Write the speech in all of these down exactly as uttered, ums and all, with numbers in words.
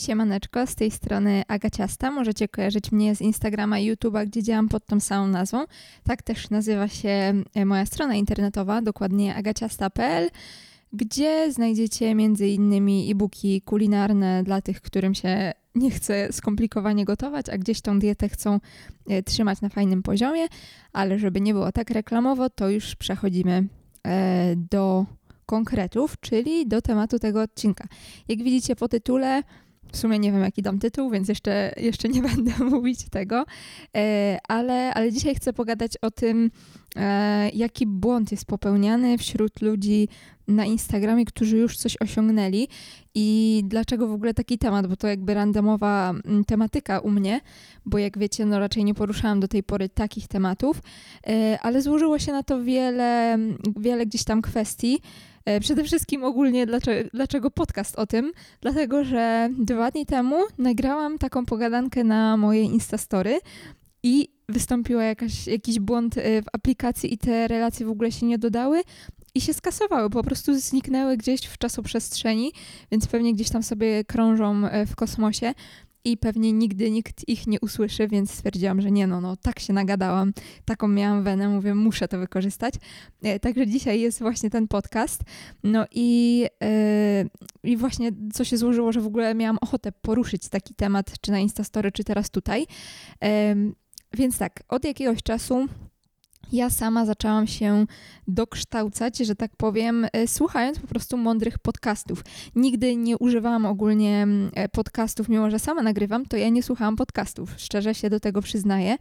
Siemaneczko, z tej strony Aga Ciasta. Możecie kojarzyć mnie z Instagrama i YouTube'a, gdzie działam pod tą samą nazwą. Tak też nazywa się moja strona internetowa, dokładnie agaciasta kropka pe el, gdzie znajdziecie m.in. e-booki kulinarne dla tych, którym się nie chce skomplikowanie gotować, a gdzieś tą dietę chcą trzymać na fajnym poziomie. Ale żeby nie było tak reklamowo, to już przechodzimy do konkretów, czyli do tematu tego odcinka. Jak widzicie po tytule, w sumie nie wiem jaki dam tytuł, więc jeszcze, jeszcze nie będę mówić tego, ale, ale dzisiaj chcę pogadać o tym, jaki błąd jest popełniany wśród ludzi na Instagramie, którzy już coś osiągnęli i dlaczego w ogóle taki temat, bo to jakby randomowa tematyka u mnie, bo jak wiecie, no raczej nie poruszałam do tej pory takich tematów, ale złożyło się na to wiele, wiele gdzieś tam kwestii. Przede wszystkim ogólnie dlaczego, dlaczego podcast o tym? Dlatego, że dwa dni temu nagrałam taką pogadankę na moje Instastory i wystąpiła jakaś, jakiś błąd w aplikacji i te relacje w ogóle się nie dodały i się skasowały, po prostu zniknęły gdzieś w czasoprzestrzeni, więc pewnie gdzieś tam sobie krążą w kosmosie i pewnie nigdy nikt ich nie usłyszy, więc stwierdziłam, że nie no, no tak się nagadałam, taką miałam wenę, mówię, muszę to wykorzystać. Także dzisiaj jest właśnie ten podcast. No i, yy, i właśnie co się złożyło, że w ogóle miałam ochotę poruszyć taki temat, czy na Instastory, czy teraz tutaj. Yy, więc tak, od jakiegoś czasu ja sama zaczęłam się dokształcać, że tak powiem, słuchając po prostu mądrych podcastów. Nigdy nie używałam ogólnie podcastów, mimo że sama nagrywam, to ja nie słuchałam podcastów. Szczerze się do tego przyznaję,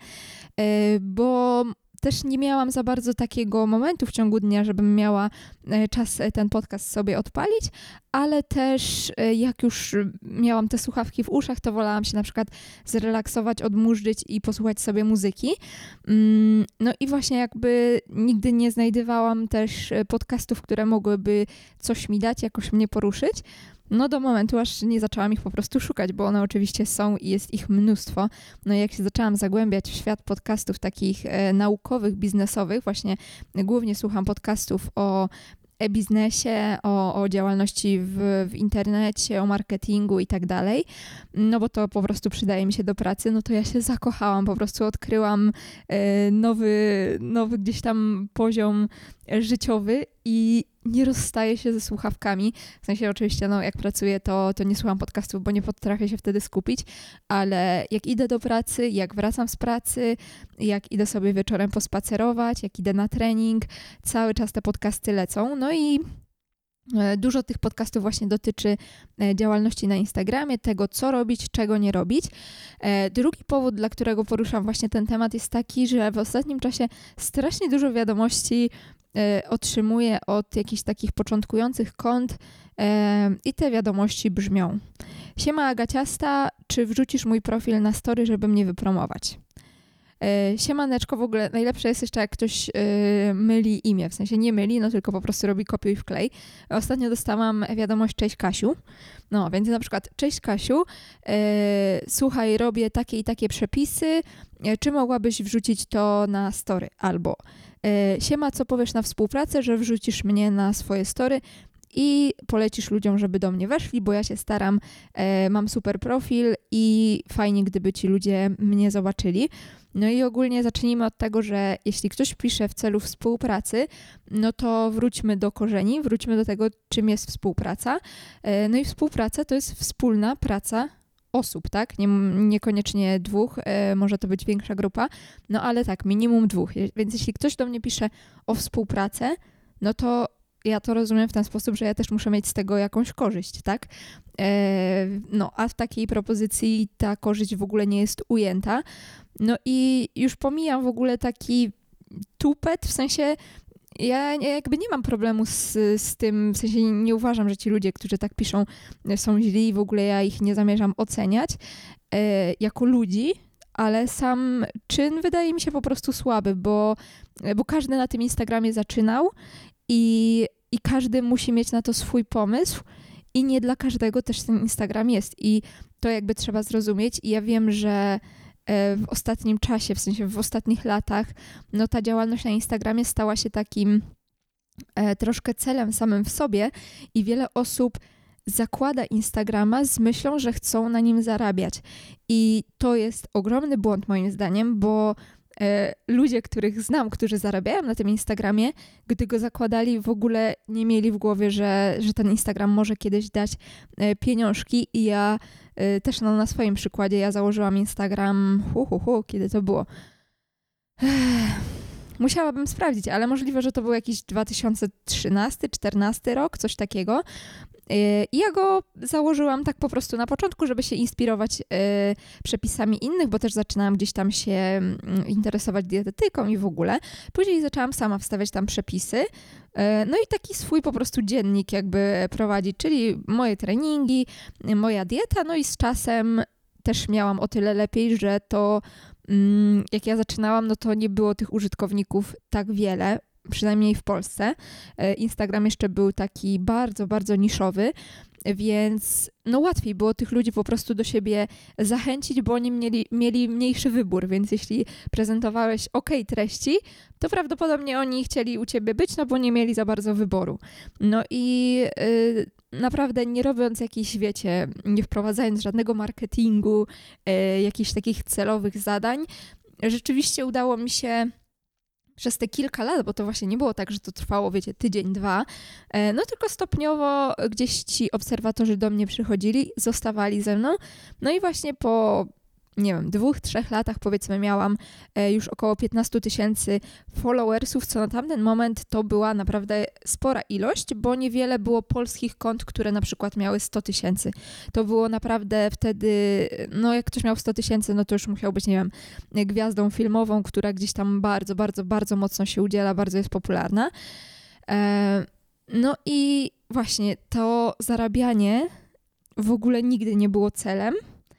bo też nie miałam za bardzo takiego momentu w ciągu dnia, żebym miała czas ten podcast sobie odpalić, ale też jak już miałam te słuchawki w uszach, to wolałam się na przykład zrelaksować, odmurzyć i posłuchać sobie muzyki. No i właśnie jakby nigdy nie znajdowałam też podcastów, które mogłyby coś mi dać, jakoś mnie poruszyć. No do momentu, aż nie zaczęłam ich po prostu szukać, bo one oczywiście są i jest ich mnóstwo. No i jak się zaczęłam zagłębiać w świat podcastów takich e, naukowych, biznesowych, właśnie głównie słucham podcastów o e-biznesie, o, o działalności w, w internecie, o marketingu i tak dalej, no bo to po prostu przydaje mi się do pracy, no to ja się zakochałam, po prostu odkryłam e, nowy, nowy gdzieś tam poziom życiowy i nie rozstaję się ze słuchawkami. W sensie oczywiście, no jak pracuję, to, to nie słucham podcastów, bo nie potrafię się wtedy skupić, ale jak idę do pracy, jak wracam z pracy, jak idę sobie wieczorem pospacerować, jak idę na trening, cały czas te podcasty lecą. No i dużo tych podcastów właśnie dotyczy działalności na Instagramie, tego co robić, czego nie robić. Drugi powód, dla którego poruszam właśnie ten temat jest taki, że w ostatnim czasie strasznie dużo wiadomości otrzymuję od jakichś takich początkujących kont i te wiadomości brzmią: Siema Aga Ciasta, czy wrzucisz mój profil na story, żeby mnie wypromować? Siemaneczko, w ogóle najlepsze jest jeszcze jak ktoś yy, myli imię, w sensie nie myli, no tylko po prostu robi kopiuj i wklej. Ostatnio dostałam wiadomość: cześć Kasiu. No więc na przykład: cześć Kasiu, yy, słuchaj, robię takie i takie przepisy, yy, czy mogłabyś wrzucić to na story? Albo yy, siema, co powiesz na współpracę, że wrzucisz mnie na swoje story i polecisz ludziom, żeby do mnie weszli, bo ja się staram, e, mam super profil i fajnie, gdyby ci ludzie mnie zobaczyli. No i ogólnie zacznijmy od tego, że jeśli ktoś pisze w celu współpracy, no to wróćmy do korzeni, wróćmy do tego, czym jest współpraca. E, no i współpraca to jest wspólna praca osób, tak? Nie, niekoniecznie dwóch, e, może to być większa grupa, no ale tak, minimum dwóch. Więc jeśli ktoś do mnie pisze o współpracę, no to ja to rozumiem w ten sposób, że ja też muszę mieć z tego jakąś korzyść, tak? E, no, a w takiej propozycji ta korzyść w ogóle nie jest ujęta. No i już pomijam w ogóle taki tupet, w sensie ja jakby nie mam problemu z, z tym, w sensie nie uważam, że ci ludzie, którzy tak piszą, są źli i w ogóle ja ich nie zamierzam oceniać e, jako ludzi, ale sam czyn wydaje mi się po prostu słaby, bo, bo każdy na tym Instagramie zaczynał i, i każdy musi mieć na to swój pomysł i nie dla każdego też ten Instagram jest i to jakby trzeba zrozumieć i ja wiem, że w ostatnim czasie, w sensie w ostatnich latach, no ta działalność na Instagramie stała się takim e, troszkę celem samym w sobie i wiele osób zakłada Instagrama z myślą, że chcą na nim zarabiać. I to jest ogromny błąd moim zdaniem, bo e, ludzie, których znam, którzy zarabiają na tym Instagramie, gdy go zakładali, w ogóle nie mieli w głowie, że, że ten Instagram może kiedyś dać e, pieniążki. I ja e, też no, na swoim przykładzie, ja założyłam Instagram, hu, hu, hu, kiedy to było? Ech. Musiałabym sprawdzić, ale możliwe, że to był jakiś dwa tysiące trzynasty czternasty rok, coś takiego. I ja go założyłam tak po prostu na początku, żeby się inspirować przepisami innych, bo też zaczynałam gdzieś tam się interesować dietetyką i w ogóle. Później zaczęłam sama wstawiać tam przepisy. No i taki swój po prostu dziennik jakby prowadzić, czyli moje treningi, moja dieta, no i z czasem też miałam o tyle lepiej, że to jak ja zaczynałam, no to nie było tych użytkowników tak wiele, przynajmniej w Polsce. Instagram jeszcze był taki bardzo, bardzo niszowy, więc no łatwiej było tych ludzi po prostu do siebie zachęcić, bo oni mieli, mieli mniejszy wybór, więc jeśli prezentowałeś ok treści, to prawdopodobnie oni chcieli u ciebie być, no bo nie mieli za bardzo wyboru. No i yy, naprawdę nie robiąc jakichś, wiecie, nie wprowadzając żadnego marketingu, yy, jakichś takich celowych zadań, rzeczywiście udało mi się przez te kilka lat, bo to właśnie nie było tak, że to trwało, wiecie, tydzień, dwa, no tylko stopniowo gdzieś ci obserwatorzy do mnie przychodzili, zostawali ze mną, no i właśnie po, nie wiem, dwóch, trzech latach powiedzmy miałam już około piętnaście tysięcy followersów, co na tamten moment to była naprawdę spora ilość, bo niewiele było polskich kont, które na przykład miały sto tysięcy. To było naprawdę wtedy, no jak ktoś miał sto tysięcy, no to już musiał być, nie wiem, gwiazdą filmową, która gdzieś tam bardzo, bardzo, bardzo mocno się udziela, bardzo jest popularna. No i właśnie to zarabianie w ogóle nigdy nie było celem.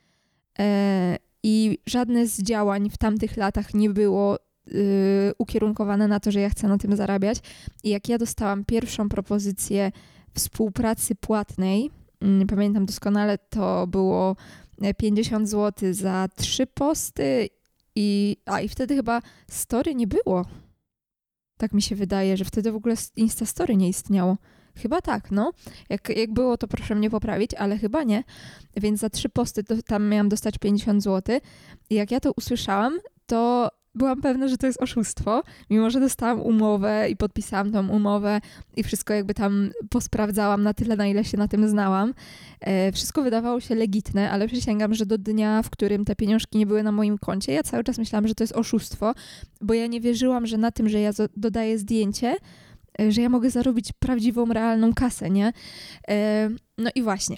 I żadne z działań w tamtych latach nie było yy, ukierunkowane na to, że ja chcę na tym zarabiać. I jak ja dostałam pierwszą propozycję współpracy płatnej, yy, pamiętam doskonale, to było pięćdziesiąt złotych za trzy posty i, a, i wtedy chyba story nie było. Tak mi się wydaje, że wtedy w ogóle Insta Story nie istniało. Chyba tak, no. Jak, jak było, to proszę mnie poprawić, ale chyba nie. Więc za trzy posty to tam miałam dostać pięćdziesiąt złotych. I jak ja to usłyszałam, to byłam pewna, że to jest oszustwo, mimo że dostałam umowę i podpisałam tą umowę i wszystko jakby tam posprawdzałam na tyle, na ile się na tym znałam. E, wszystko wydawało się legitne, ale przysięgam, że do dnia, w którym te pieniążki nie były na moim koncie, ja cały czas myślałam, że to jest oszustwo, bo ja nie wierzyłam, że na tym, że ja dodaję zdjęcie, że ja mogę zarobić prawdziwą, realną kasę, nie? E, no i właśnie.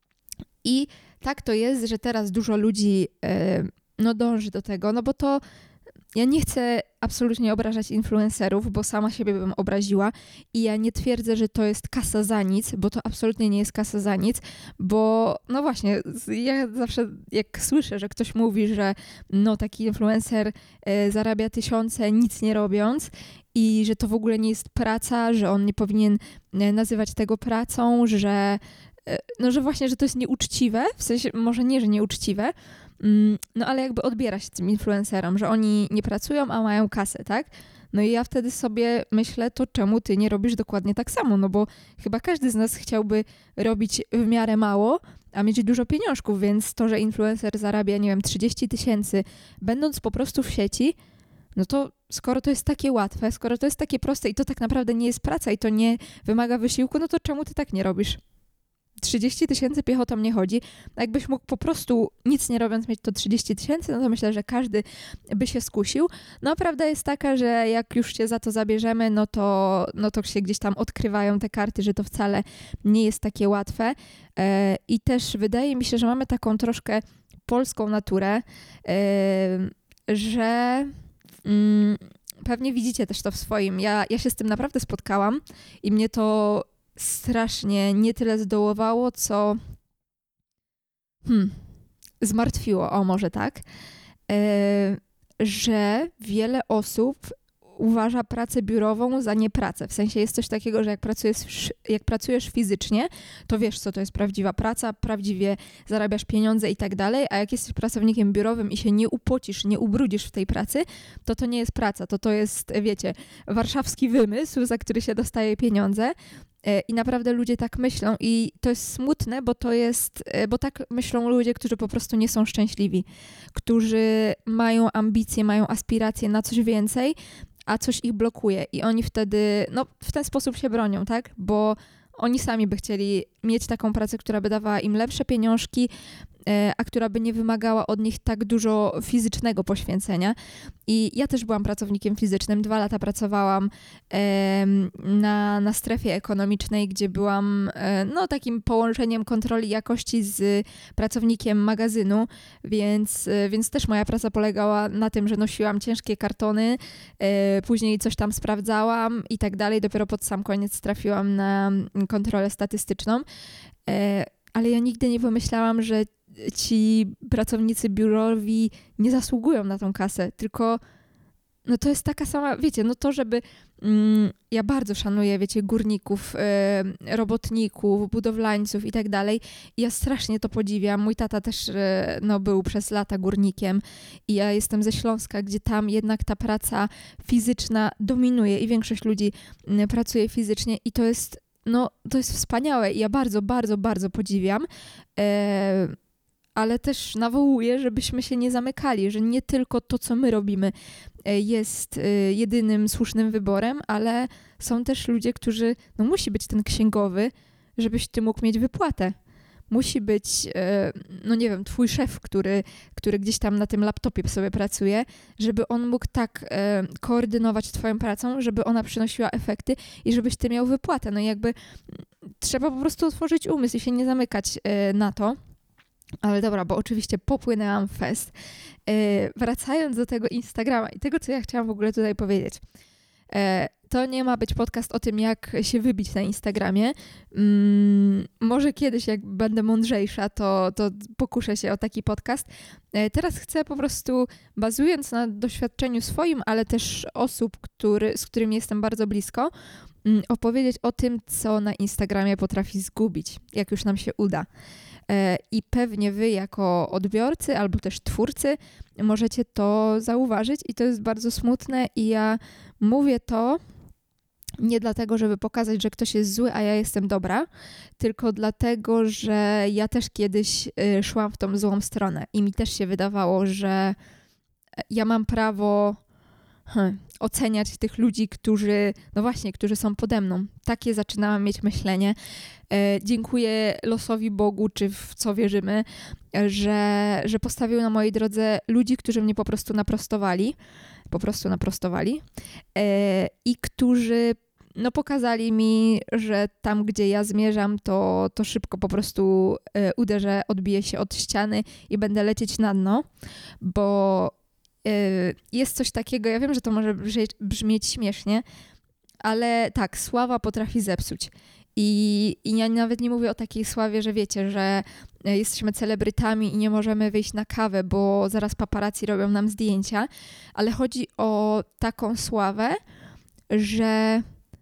I tak to jest, że teraz dużo ludzi e, no dąży do tego, no bo to ja nie chcę absolutnie obrażać influencerów, bo sama siebie bym obraziła i ja nie twierdzę, że to jest kasa za nic, bo to absolutnie nie jest kasa za nic, bo no właśnie, ja zawsze jak słyszę, że ktoś mówi, że no taki influencer e, zarabia tysiące nic nie robiąc i że to w ogóle nie jest praca, że on nie powinien nazywać tego pracą, że no, że właśnie, że to jest nieuczciwe, w sensie może nie, że nieuczciwe, no ale jakby odbiera się tym influencerom, że oni nie pracują, a mają kasę, tak? No i ja wtedy sobie myślę, to czemu ty nie robisz dokładnie tak samo? No bo chyba każdy z nas chciałby robić w miarę mało, a mieć dużo pieniążków, więc to, że influencer zarabia, nie wiem, trzydzieści tysięcy, będąc po prostu w sieci, no to skoro to jest takie łatwe, skoro to jest takie proste i to tak naprawdę nie jest praca i to nie wymaga wysiłku, no to czemu ty tak nie robisz? trzydzieści tysięcy piechotą nie chodzi. A jakbyś mógł po prostu nic nie robiąc mieć to trzydzieści tysięcy, no to myślę, że każdy by się skusił. No prawda jest taka, że jak już się za to zabierzemy, no to, no to się gdzieś tam odkrywają te karty, że to wcale nie jest takie łatwe. E, I też wydaje mi się, że mamy taką troszkę polską naturę, e, że mm, pewnie widzicie też to w swoim. Ja, ja się z tym naprawdę spotkałam i mnie to strasznie nie tyle zdołowało, co hmm, zmartwiło, o może tak, yy, że wiele osób uważa pracę biurową za niepracę. W sensie jest coś takiego, że jak pracujesz, jak pracujesz fizycznie, to wiesz, co to jest prawdziwa praca, prawdziwie zarabiasz pieniądze i tak dalej, a jak jesteś pracownikiem biurowym i się nie upocisz, nie ubrudzisz w tej pracy, to to nie jest praca, to to jest, wiecie, warszawski wymysł, za który się dostaje pieniądze. I naprawdę ludzie tak myślą i to jest smutne, bo to jest, bo tak myślą ludzie, którzy po prostu nie są szczęśliwi, którzy mają ambicje, mają aspiracje na coś więcej, a coś ich blokuje i oni wtedy, no w ten sposób się bronią, tak? Bo oni sami by chcieli mieć taką pracę, która by dawała im lepsze pieniążki, a która by nie wymagała od nich tak dużo fizycznego poświęcenia. I ja też byłam pracownikiem fizycznym. Dwa lata pracowałam e, na, na strefie ekonomicznej, gdzie byłam e, no, takim połączeniem kontroli jakości z pracownikiem magazynu, więc, e, więc też moja praca polegała na tym, że nosiłam ciężkie kartony, e, później coś tam sprawdzałam i tak dalej. Dopiero pod sam koniec trafiłam na kontrolę statystyczną. E, ale ja nigdy nie pomyślałam, że ci pracownicy biurowi nie zasługują na tą kasę, tylko no to jest taka sama, wiecie, no to, żeby mm, ja bardzo szanuję, wiecie, górników, y, robotników, budowlańców i tak dalej. I ja strasznie to podziwiam. Mój tata też y, no, był przez lata górnikiem i ja jestem ze Śląska, gdzie tam jednak ta praca fizyczna dominuje i większość ludzi y, pracuje fizycznie i to jest, no, to jest wspaniałe i ja bardzo, bardzo, bardzo podziwiam. Y, ale też nawołuję, żebyśmy się nie zamykali, że nie tylko to, co my robimy, jest jedynym słusznym wyborem, ale są też ludzie, którzy, no musi być ten księgowy, żebyś ty mógł mieć wypłatę. Musi być, no nie wiem, twój szef, który, który gdzieś tam na tym laptopie sobie pracuje, żeby on mógł tak koordynować twoją pracą, żeby ona przynosiła efekty i żebyś ty miał wypłatę. No i jakby trzeba po prostu otworzyć umysł i się nie zamykać na to. Ale dobra, bo oczywiście popłynęłam w fest. Yy, wracając do tego Instagrama i tego, co ja chciałam w ogóle tutaj powiedzieć. Yy, to nie ma być podcast o tym, jak się wybić na Instagramie. Yy, może kiedyś, jak będę mądrzejsza, to, to pokuszę się o taki podcast. Yy, teraz chcę po prostu, bazując na doświadczeniu swoim, ale też osób, który, z którymi jestem bardzo blisko, yy, opowiedzieć o tym, co na Instagramie potrafi zgubić, jak już nam się uda. I pewnie wy jako odbiorcy albo też twórcy możecie to zauważyć i to jest bardzo smutne i ja mówię to nie dlatego, żeby pokazać, że ktoś jest zły, a ja jestem dobra, tylko dlatego, że ja też kiedyś szłam w tą złą stronę i mi też się wydawało, że ja mam prawo hmm, oceniać tych ludzi, którzy, no właśnie, którzy są pode mną. Takie zaczynałam mieć myślenie. E, dziękuję losowi, Bogu, czy w co wierzymy, że, że postawił na mojej drodze ludzi, którzy mnie po prostu naprostowali, po prostu naprostowali e, i którzy no, pokazali mi, że tam, gdzie ja zmierzam, to, to szybko po prostu e, uderzę, odbiję się od ściany i będę lecieć na dno, bo jest coś takiego, ja wiem, że to może brzmieć śmiesznie, ale tak, sława potrafi zepsuć. I, I ja nawet nie mówię o takiej sławie, że wiecie, że jesteśmy celebrytami i nie możemy wyjść na kawę, bo zaraz paparazzi robią nam zdjęcia, ale chodzi o taką sławę, że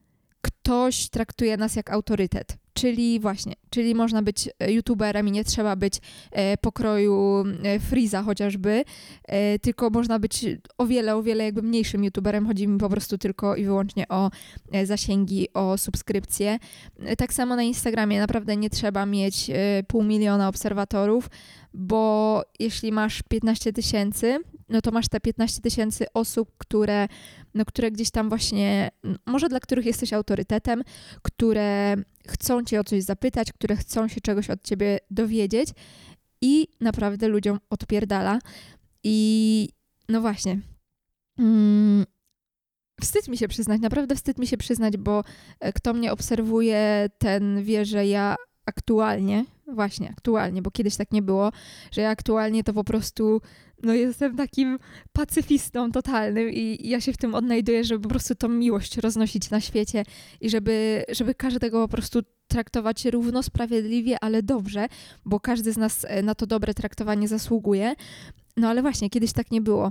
ktoś traktuje nas jak autorytet. Czyli właśnie, czyli można być youtuberem i nie trzeba być e, pokroju e, Freeza chociażby, e, tylko można być o wiele, o wiele jakby mniejszym youtuberem. Chodzi mi po prostu tylko i wyłącznie o e, zasięgi, o subskrypcje. E, tak samo na Instagramie naprawdę nie trzeba mieć e, pół miliona obserwatorów, bo jeśli masz piętnaście tysięcy, no to masz te piętnaście tysięcy osób, które, no, które gdzieś tam właśnie, może dla których jesteś autorytetem, które chcą cię o coś zapytać, które chcą się czegoś od ciebie dowiedzieć i naprawdę ludziom odpierdala. I no właśnie, mm, wstyd mi się przyznać, naprawdę wstyd mi się przyznać, bo kto mnie obserwuje, ten wie, że ja aktualnie, właśnie aktualnie, bo kiedyś tak nie było, że ja aktualnie to po prostu no jestem takim pacyfistą totalnym i ja się w tym odnajduję, żeby po prostu tą miłość roznosić na świecie i żeby, żeby każdego po prostu traktować równo, sprawiedliwie, ale dobrze, bo każdy z nas na to dobre traktowanie zasługuje. No ale właśnie, kiedyś tak nie było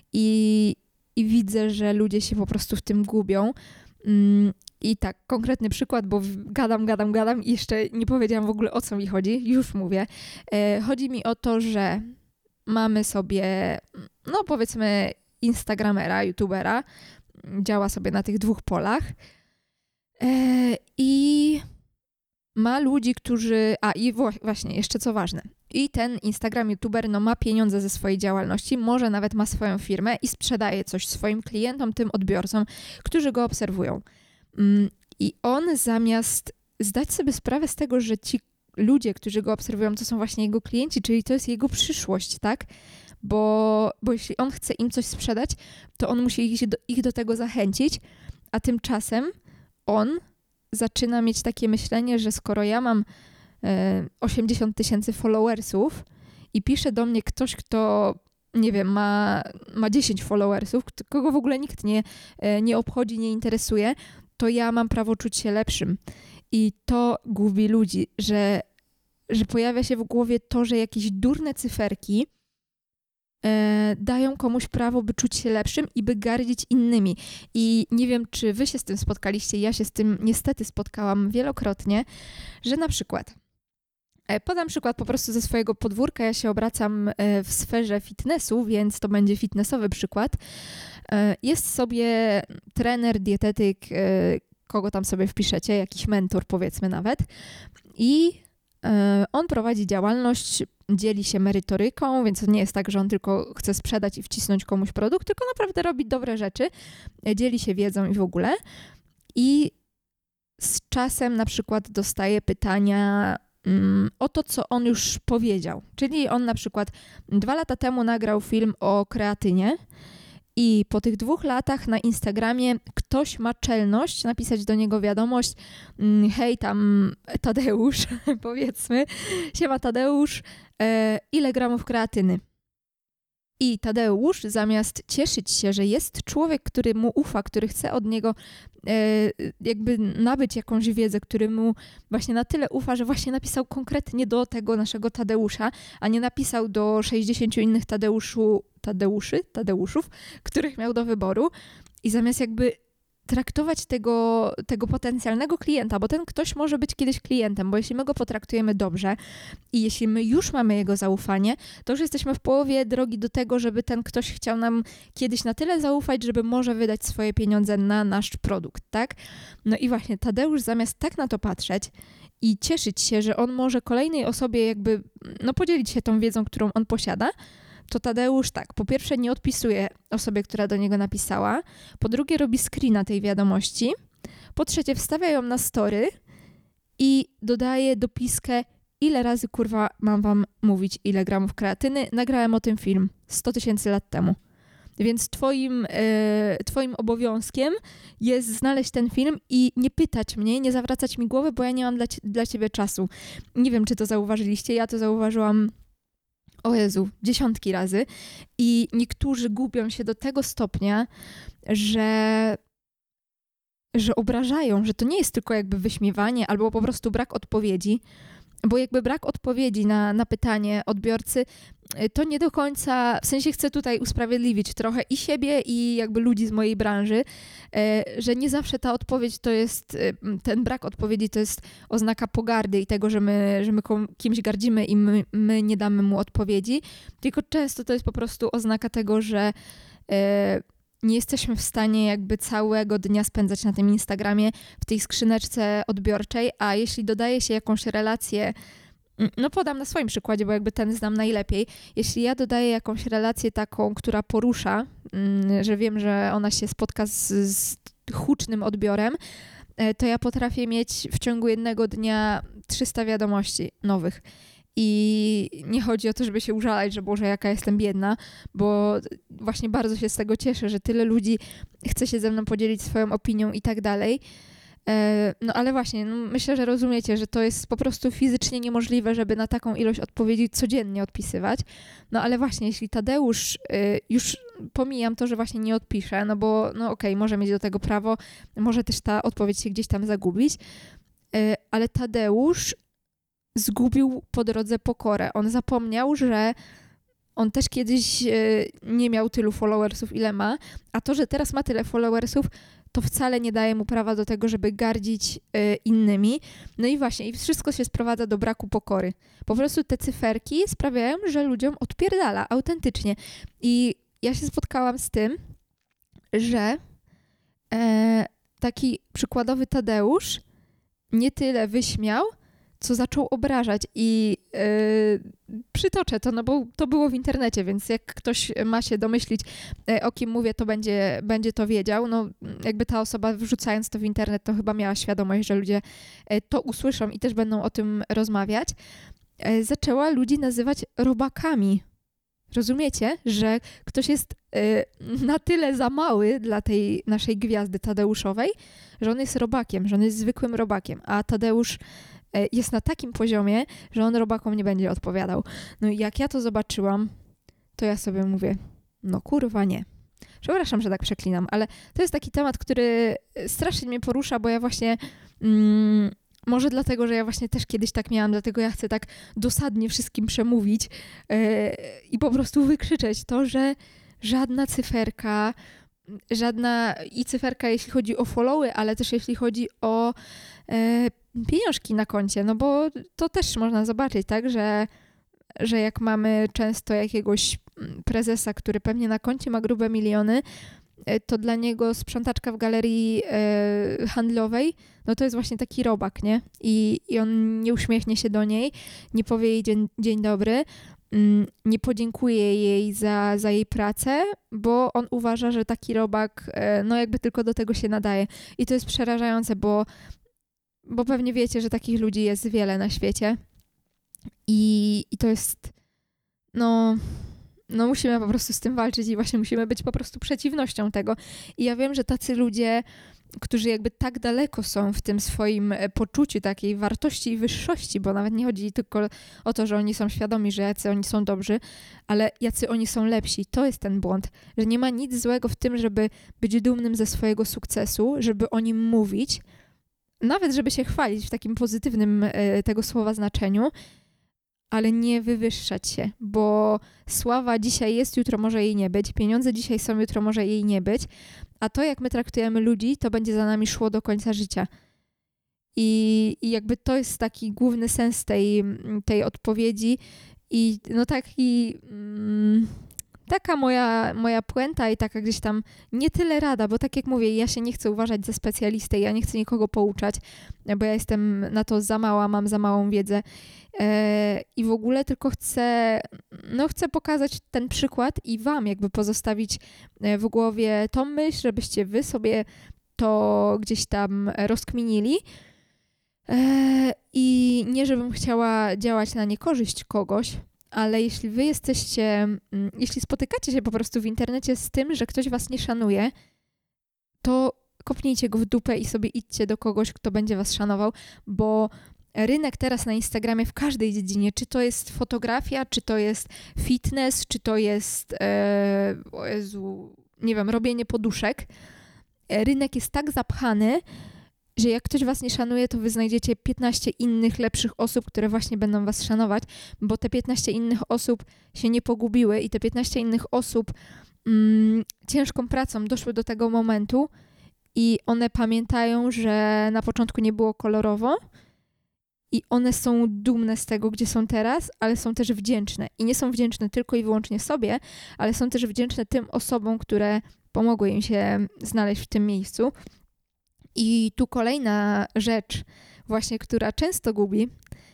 i, i widzę, że ludzie się po prostu w tym gubią. Mm, I tak, konkretny przykład, bo gadam, gadam, gadam i jeszcze nie powiedziałam w ogóle, o co mi chodzi. Już mówię. E, chodzi mi o to, że mamy sobie, no powiedzmy, instagramera, youtubera, działa sobie na tych dwóch polach E, I ma ludzi, którzy... A i właśnie, jeszcze co ważne. I ten Instagram, YouTuber no, ma pieniądze ze swojej działalności, może nawet ma swoją firmę i sprzedaje coś swoim klientom, tym odbiorcom, którzy go obserwują. I on zamiast zdać sobie sprawę z tego, że ci ludzie, którzy go obserwują, to są właśnie jego klienci, czyli to jest jego przyszłość, tak? Bo, bo jeśli on chce im coś sprzedać, to on musi ich do, ich do tego zachęcić, a tymczasem on zaczyna mieć takie myślenie, że skoro ja mam e, osiemdziesiąt tysięcy followersów i pisze do mnie ktoś, kto, nie wiem, ma, ma dziesięć followersów, kogo w ogóle nikt nie, e, nie obchodzi, nie interesuje, to ja mam prawo czuć się lepszym. I to gubi ludzi, że, że pojawia się w głowie to, że jakieś durne cyferki e, dają komuś prawo, by czuć się lepszym i by gardzić innymi. I nie wiem, czy wy się z tym spotkaliście, ja się z tym niestety spotkałam wielokrotnie, że na przykład, e, podam przykład po prostu ze swojego podwórka, ja się obracam e, w sferze fitnessu, więc to będzie fitnessowy przykład. E, jest sobie trener, dietetyk, e, kogo tam sobie wpiszecie, jakiś mentor powiedzmy nawet i e, on prowadzi działalność, dzieli się merytoryką, więc to nie jest tak, że on tylko chce sprzedać i wcisnąć komuś produkt, tylko naprawdę robi dobre rzeczy, dzieli się wiedzą i w ogóle i z czasem na przykład dostaje pytania mm, o to, co on już powiedział, czyli on na przykład dwa lata temu nagrał film o kreatynie i po tych dwóch latach na Instagramie ktoś ma czelność napisać do niego wiadomość: hej tam Tadeusz, powiedzmy, siema Tadeusz, e, ile gramów kreatyny? I Tadeusz zamiast cieszyć się, że jest człowiek, który mu ufa, który chce od niego e, jakby nabyć jakąś wiedzę, który mu właśnie na tyle ufa, że właśnie napisał konkretnie do tego naszego Tadeusza, a nie napisał do sześćdziesięciu innych Tadeuszu, Tadeuszy, Tadeuszów, których miał do wyboru i zamiast jakby traktować tego, tego potencjalnego klienta, bo ten ktoś może być kiedyś klientem, bo jeśli my go potraktujemy dobrze i jeśli my już mamy jego zaufanie, to już jesteśmy w połowie drogi do tego, żeby ten ktoś chciał nam kiedyś na tyle zaufać, żeby może wydać swoje pieniądze na nasz produkt, tak? No i właśnie Tadeusz zamiast tak na to patrzeć i cieszyć się, że on może kolejnej osobie jakby no podzielić się tą wiedzą, którą on posiada, to Tadeusz tak, po pierwsze nie odpisuje osobie, która do niego napisała, po drugie robi screena tej wiadomości, po trzecie wstawia ją na story i dodaje dopiskę: ile razy kurwa mam wam mówić, ile gramów kreatyny, nagrałem o tym film sto tysięcy lat temu. Więc twoim, e, twoim obowiązkiem jest znaleźć ten film i nie pytać mnie, nie zawracać mi głowy, bo ja nie mam dla, dla ciebie czasu. Nie wiem, czy to zauważyliście, ja to zauważyłam o Jezu, dziesiątki razy i niektórzy gubią się do tego stopnia, że, że obrażają, że to nie jest tylko jakby wyśmiewanie albo po prostu brak odpowiedzi, bo jakby brak odpowiedzi na, na pytanie odbiorcy to nie do końca, w sensie chcę tutaj usprawiedliwić trochę i siebie i jakby ludzi z mojej branży, że nie zawsze ta odpowiedź to jest, ten brak odpowiedzi to jest oznaka pogardy i tego, że my, że my kimś gardzimy i my, my nie damy mu odpowiedzi, tylko często to jest po prostu oznaka tego, że nie jesteśmy w stanie jakby całego dnia spędzać na tym Instagramie w tej skrzyneczce odbiorczej, a jeśli dodaje się jakąś relację, no podam na swoim przykładzie, bo jakby ten znam najlepiej. Jeśli ja dodaję jakąś relację taką, która porusza, że wiem, że ona się spotka z, z hucznym odbiorem, to ja potrafię mieć w ciągu jednego dnia trzysta wiadomości nowych. I nie chodzi o to, żeby się użalać, że Boże, jaka jestem biedna, bo właśnie bardzo się z tego cieszę, że tyle ludzi chce się ze mną podzielić swoją opinią i tak dalej. No ale właśnie, no myślę, że rozumiecie, że to jest po prostu fizycznie niemożliwe, żeby na taką ilość odpowiedzi codziennie odpisywać. No ale właśnie, jeśli Tadeusz, już pomijam to, że właśnie nie odpisze, no bo no okej, okay, może mieć do tego prawo, może też ta odpowiedź się gdzieś tam zagubić, ale Tadeusz zgubił po drodze pokorę. On zapomniał, że on też kiedyś nie miał tylu followersów, ile ma, a to, że teraz ma tyle followersów, to wcale nie daje mu prawa do tego, żeby gardzić innymi. No i właśnie, i wszystko się sprowadza do braku pokory. Po prostu te cyferki sprawiają, że ludziom odpierdala autentycznie. I ja się spotkałam z tym, że e, taki przykładowy Tadeusz nie tyle wyśmiał, co zaczął obrażać i yy, przytoczę to, no bo to było w internecie, więc jak ktoś ma się domyślić, yy, o kim mówię, to będzie, będzie to wiedział. No jakby ta osoba wrzucając to w internet, to chyba miała świadomość, że ludzie yy, to usłyszą i też będą o tym rozmawiać. Yy, zaczęła ludzi nazywać robakami. Rozumiecie, że ktoś jest y, na tyle za mały dla tej naszej gwiazdy Tadeuszowej, że on jest robakiem, że on jest zwykłym robakiem, a Tadeusz y, jest na takim poziomie, że on robakom nie będzie odpowiadał. No i jak ja to zobaczyłam, to ja sobie mówię, no kurwa nie. Przepraszam, że tak przeklinam, ale to jest taki temat, który strasznie mnie porusza, bo ja właśnie... Mm, Może dlatego, że ja właśnie też kiedyś tak miałam, dlatego ja chcę tak dosadnie wszystkim przemówić yy, i po prostu wykrzyczeć to, że żadna cyferka, żadna i cyferka jeśli chodzi o followy, ale też jeśli chodzi o yy, pieniążki na koncie, no bo to też można zobaczyć, tak, że, że jak mamy często jakiegoś prezesa, który pewnie na koncie ma grube miliony, to dla niego sprzątaczka w galerii e, handlowej, no to jest właśnie taki robak, nie? I, i on nie uśmiechnie się do niej, nie powie jej dzień, dzień dobry, mm, nie podziękuje jej za, za jej pracę, bo on uważa, że taki robak, e, no jakby tylko do tego się nadaje. I to jest przerażające, bo, bo pewnie wiecie, że takich ludzi jest wiele na świecie. I, i to jest, no... No musimy po prostu z tym walczyć i właśnie musimy być po prostu przeciwnością tego. I ja wiem, że tacy ludzie, którzy jakby tak daleko są w tym swoim poczuciu takiej wartości i wyższości, bo nawet nie chodzi tylko o to, że oni są świadomi, że jacy oni są dobrzy, ale jacy oni są lepsi. To jest ten błąd, że nie ma nic złego w tym, żeby być dumnym ze swojego sukcesu, żeby o nim mówić, nawet żeby się chwalić w takim pozytywnym tego słowa znaczeniu, ale nie wywyższać się, bo sława dzisiaj jest, jutro może jej nie być, pieniądze dzisiaj są, jutro może jej nie być, a to, jak my traktujemy ludzi, to będzie za nami szło do końca życia. I, i jakby to jest taki główny sens tej, tej odpowiedzi i no taki... Mm, taka moja, moja puenta i taka gdzieś tam nie tyle rada, bo tak jak mówię, ja się nie chcę uważać za specjalistę, ja nie chcę nikogo pouczać, bo ja jestem na to za mała, mam za małą wiedzę e, i w ogóle tylko chcę, no chcę pokazać ten przykład i wam jakby pozostawić w głowie tą myśl, żebyście wy sobie to gdzieś tam rozkminili e, i nie żebym chciała działać na niekorzyść kogoś, ale jeśli wy jesteście, jeśli spotykacie się po prostu w internecie z tym, że ktoś was nie szanuje, to kopnijcie go w dupę i sobie idźcie do kogoś, kto będzie was szanował, bo rynek teraz na Instagramie w każdej dziedzinie, czy to jest fotografia, czy to jest fitness, czy to jest, e, o Jezu, nie wiem, robienie poduszek, rynek jest tak zapchany, że jak ktoś was nie szanuje, to wy znajdziecie piętnaście innych lepszych osób, które właśnie będą was szanować, bo te piętnaście innych osób się nie pogubiły i te piętnaście innych osób mm, ciężką pracą doszły do tego momentu i one pamiętają, że na początku nie było kolorowo i one są dumne z tego, gdzie są teraz, ale są też wdzięczne. I nie są wdzięczne tylko i wyłącznie sobie, ale są też wdzięczne tym osobom, które pomogły im się znaleźć w tym miejscu. I tu kolejna rzecz właśnie, która często gubi,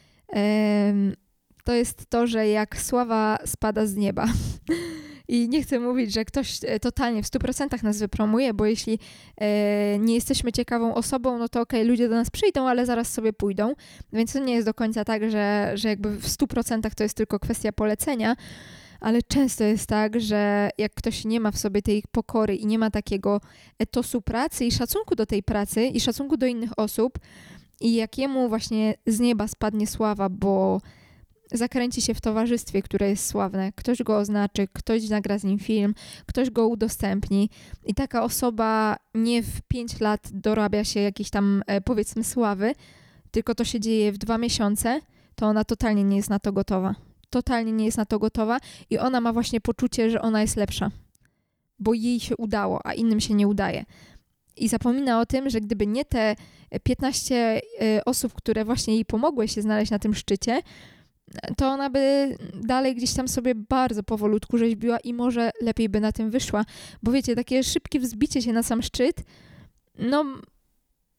to jest to, że jak sława spada z nieba. I nie chcę mówić, że ktoś totalnie w stu procentach nas wypromuje, bo jeśli nie jesteśmy ciekawą osobą, no to okej, okay, ludzie do nas przyjdą, ale zaraz sobie pójdą. Więc to nie jest do końca tak, że, że jakby w stu procentach to jest tylko kwestia polecenia, ale często jest tak, że jak ktoś nie ma w sobie tej pokory i nie ma takiego etosu pracy i szacunku do tej pracy i szacunku do innych osób i jakiemu właśnie z nieba spadnie sława, bo zakręci się w towarzystwie, które jest sławne, ktoś go oznaczy, ktoś nagra z nim film, ktoś go udostępni i taka osoba nie w pięć lat dorabia się jakiejś tam powiedzmy sławy, tylko to się dzieje w dwa miesiące, to ona totalnie nie jest na to gotowa. Totalnie nie jest na to gotowa i ona ma właśnie poczucie, że ona jest lepsza, bo jej się udało, a innym się nie udaje. I zapomina o tym, że gdyby nie te piętnaście osób, które właśnie jej pomogły się znaleźć na tym szczycie, to ona by dalej gdzieś tam sobie bardzo powolutku rzeźbiła i może lepiej by na tym wyszła. Bo wiecie, takie szybkie wzbicie się na sam szczyt, no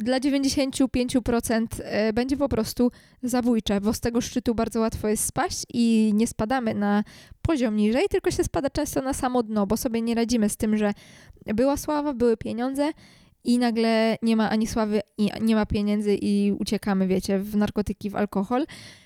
dla dziewięćdziesiąt pięć procent będzie po prostu zabójcze, bo z tego szczytu bardzo łatwo jest spaść i nie spadamy na poziom niżej, tylko się spada często na samo dno, bo sobie nie radzimy z tym, że była sława, były pieniądze i nagle nie ma ani sławy, i nie ma pieniędzy i uciekamy, wiecie, w narkotyki, w alkohol.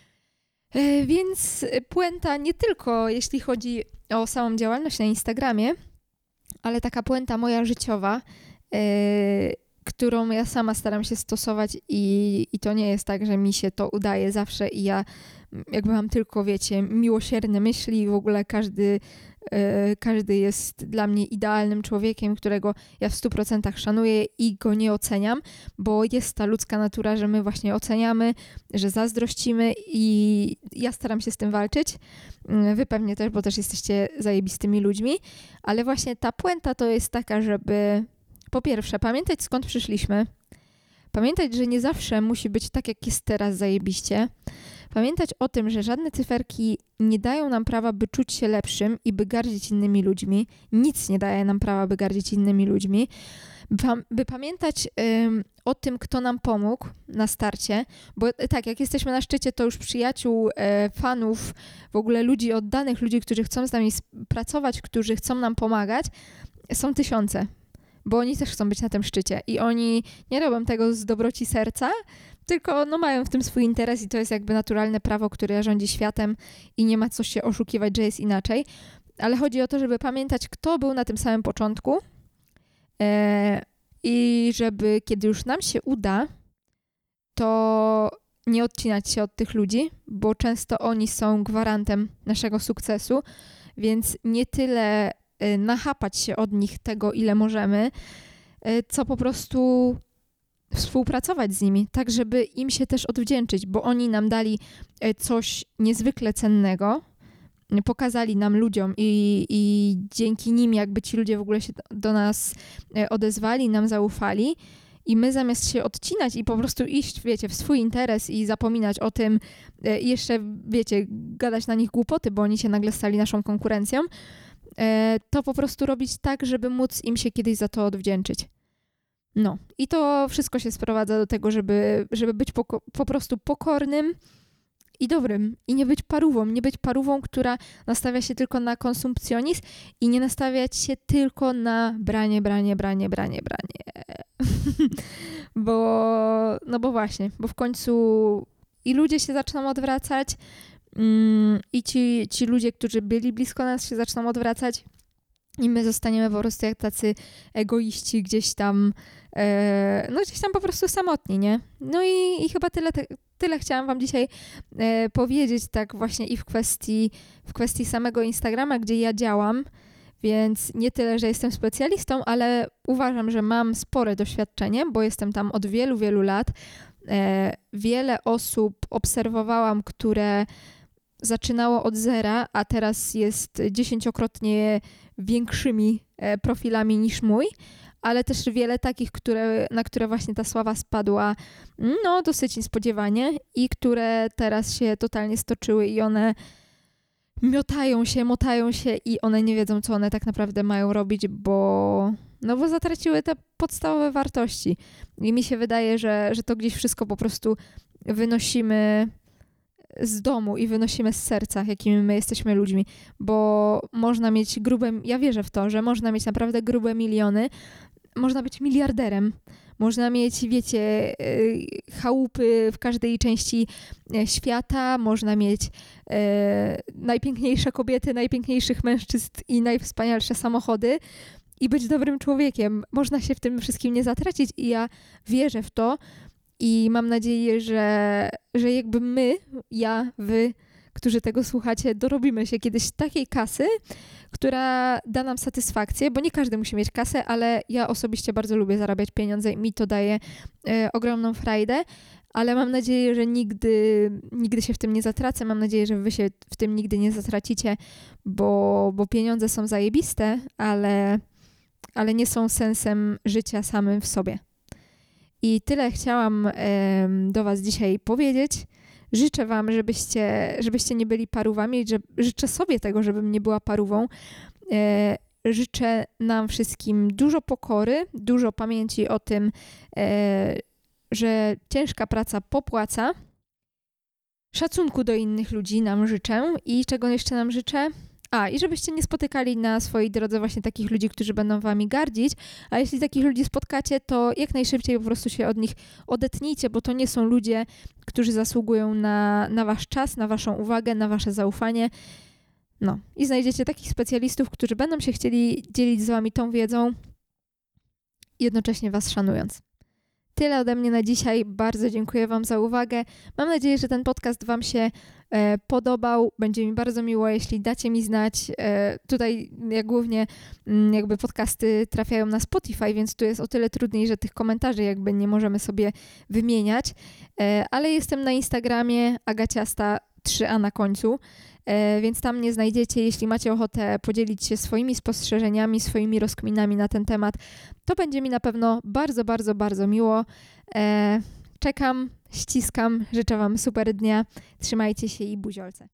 Więc puenta nie tylko jeśli chodzi o samą działalność na Instagramie, ale taka puenta moja życiowa, yy, którą ja sama staram się stosować i, i to nie jest tak, że mi się to udaje zawsze i ja jakby mam tylko, wiecie, miłosierne myśli i w ogóle każdy, yy, każdy jest dla mnie idealnym człowiekiem, którego ja w stu procentach szanuję i go nie oceniam, bo jest ta ludzka natura, że my właśnie oceniamy, że zazdrościmy i ja staram się z tym walczyć. Wy pewnie też, bo też jesteście zajebistymi ludźmi, ale właśnie ta puenta to jest taka, żeby po pierwsze pamiętać, skąd przyszliśmy, pamiętać, że nie zawsze musi być tak, jak jest teraz zajebiście, pamiętać o tym, że żadne cyferki nie dają nam prawa, by czuć się lepszym i by gardzić innymi ludźmi, nic nie daje nam prawa, by gardzić innymi ludźmi, by pamiętać ym, o tym, kto nam pomógł na starcie, bo tak, jak jesteśmy na szczycie, to już przyjaciół, e, fanów, w ogóle ludzi oddanych, ludzi, którzy chcą z nami pracować, którzy chcą nam pomagać, są tysiące, bo oni też chcą być na tym szczycie i oni nie robią tego z dobroci serca, tylko no, mają w tym swój interes i to jest jakby naturalne prawo, które rządzi światem i nie ma co się oszukiwać, że jest inaczej, ale chodzi o to, żeby pamiętać, kto był na tym samym początku, e, i żeby kiedy już nam się uda, to nie odcinać się od tych ludzi, bo często oni są gwarantem naszego sukcesu, więc nie tyle nachapać się od nich tego, ile możemy, co po prostu współpracować z nimi, tak żeby im się też odwdzięczyć, bo oni nam dali coś niezwykle cennego, pokazali nam ludziom i, i dzięki nim jakby ci ludzie w ogóle się do nas odezwali, nam zaufali i my zamiast się odcinać i po prostu iść, wiecie, w swój interes i zapominać o tym i jeszcze, wiecie, gadać na nich głupoty, bo oni się nagle stali naszą konkurencją, to po prostu robić tak, żeby móc im się kiedyś za to odwdzięczyć. No i to wszystko się sprowadza do tego, żeby, żeby być poko- po prostu pokornym i dobrym. I nie być parówą. Nie być parówą, która nastawia się tylko na konsumpcjonizm i nie nastawiać się tylko na branie, branie, branie, branie, branie. bo, no bo właśnie, bo w końcu i ludzie się zaczną odwracać mm, i ci, ci ludzie, którzy byli blisko nas, się zaczną odwracać i my zostaniemy po prostu jak tacy egoiści gdzieś tam, e, no gdzieś tam po prostu samotni, nie? No i, i chyba tyle, te, tyle chciałam wam dzisiaj e, powiedzieć, tak właśnie i w kwestii, w kwestii samego Instagrama, gdzie ja działam, więc nie tyle, że jestem specjalistą, ale uważam, że mam spore doświadczenie, bo jestem tam od wielu, wielu lat. E, wiele osób obserwowałam, które zaczynało od zera, a teraz jest dziesięciokrotnie większymi profilami niż mój, ale też wiele takich, które, na które właśnie ta sława spadła no dosyć niespodziewanie i które teraz się totalnie stoczyły i one miotają się, motają się i one nie wiedzą, co one tak naprawdę mają robić, bo no bo zatraciły te podstawowe wartości. I mi się wydaje, że, że to gdzieś wszystko po prostu wynosimy z domu i wynosimy z serca, jakimi my jesteśmy ludźmi, bo można mieć grube, ja wierzę w to, że można mieć naprawdę grube miliony, można być miliarderem, można mieć, wiecie, chałupy w każdej części świata, można mieć e, najpiękniejsze kobiety, najpiękniejszych mężczyzn i najwspanialsze samochody i być dobrym człowiekiem. Można się w tym wszystkim nie zatracić i ja wierzę w to, i mam nadzieję, że, że jakby my, ja, wy, którzy tego słuchacie, dorobimy się kiedyś takiej kasy, która da nam satysfakcję, bo nie każdy musi mieć kasę, ale ja osobiście bardzo lubię zarabiać pieniądze i mi to daje e, ogromną frajdę, ale mam nadzieję, że nigdy, nigdy się w tym nie zatracę. Mam nadzieję, że wy się w tym nigdy nie zatracicie, bo, bo pieniądze są zajebiste, ale, ale nie są sensem życia samym w sobie. I tyle chciałam e, do was dzisiaj powiedzieć. Życzę wam, żebyście, żebyście nie byli parówami. Że, życzę sobie tego, żebym nie była parówą. E, życzę nam wszystkim dużo pokory, dużo pamięci o tym, e, że ciężka praca popłaca. Szacunku do innych ludzi nam życzę i czego jeszcze nam życzę? A, i żebyście nie spotykali na swojej drodze właśnie takich ludzi, którzy będą wami gardzić, a jeśli takich ludzi spotkacie, to jak najszybciej po prostu się od nich odetnijcie, bo to nie są ludzie, którzy zasługują na, na wasz czas, na waszą uwagę, na wasze zaufanie. No i znajdziecie takich specjalistów, którzy będą się chcieli dzielić z wami tą wiedzą, jednocześnie was szanując. Tyle ode mnie na dzisiaj. Bardzo dziękuję wam za uwagę. Mam nadzieję, że ten podcast wam się e, podobał. Będzie mi bardzo miło, jeśli dacie mi znać. E, tutaj jak głównie m, jakby podcasty trafiają na Spotify, więc tu jest o tyle trudniej, że tych komentarzy jakby nie możemy sobie wymieniać. E, ale jestem na Instagramie Agaciasta trzy a na końcu, e, więc tam mnie znajdziecie. Jeśli macie ochotę podzielić się swoimi spostrzeżeniami, swoimi rozkminami na ten temat, to będzie mi na pewno bardzo, bardzo, bardzo miło. E, czekam, ściskam, życzę wam super dnia, trzymajcie się i buziolce.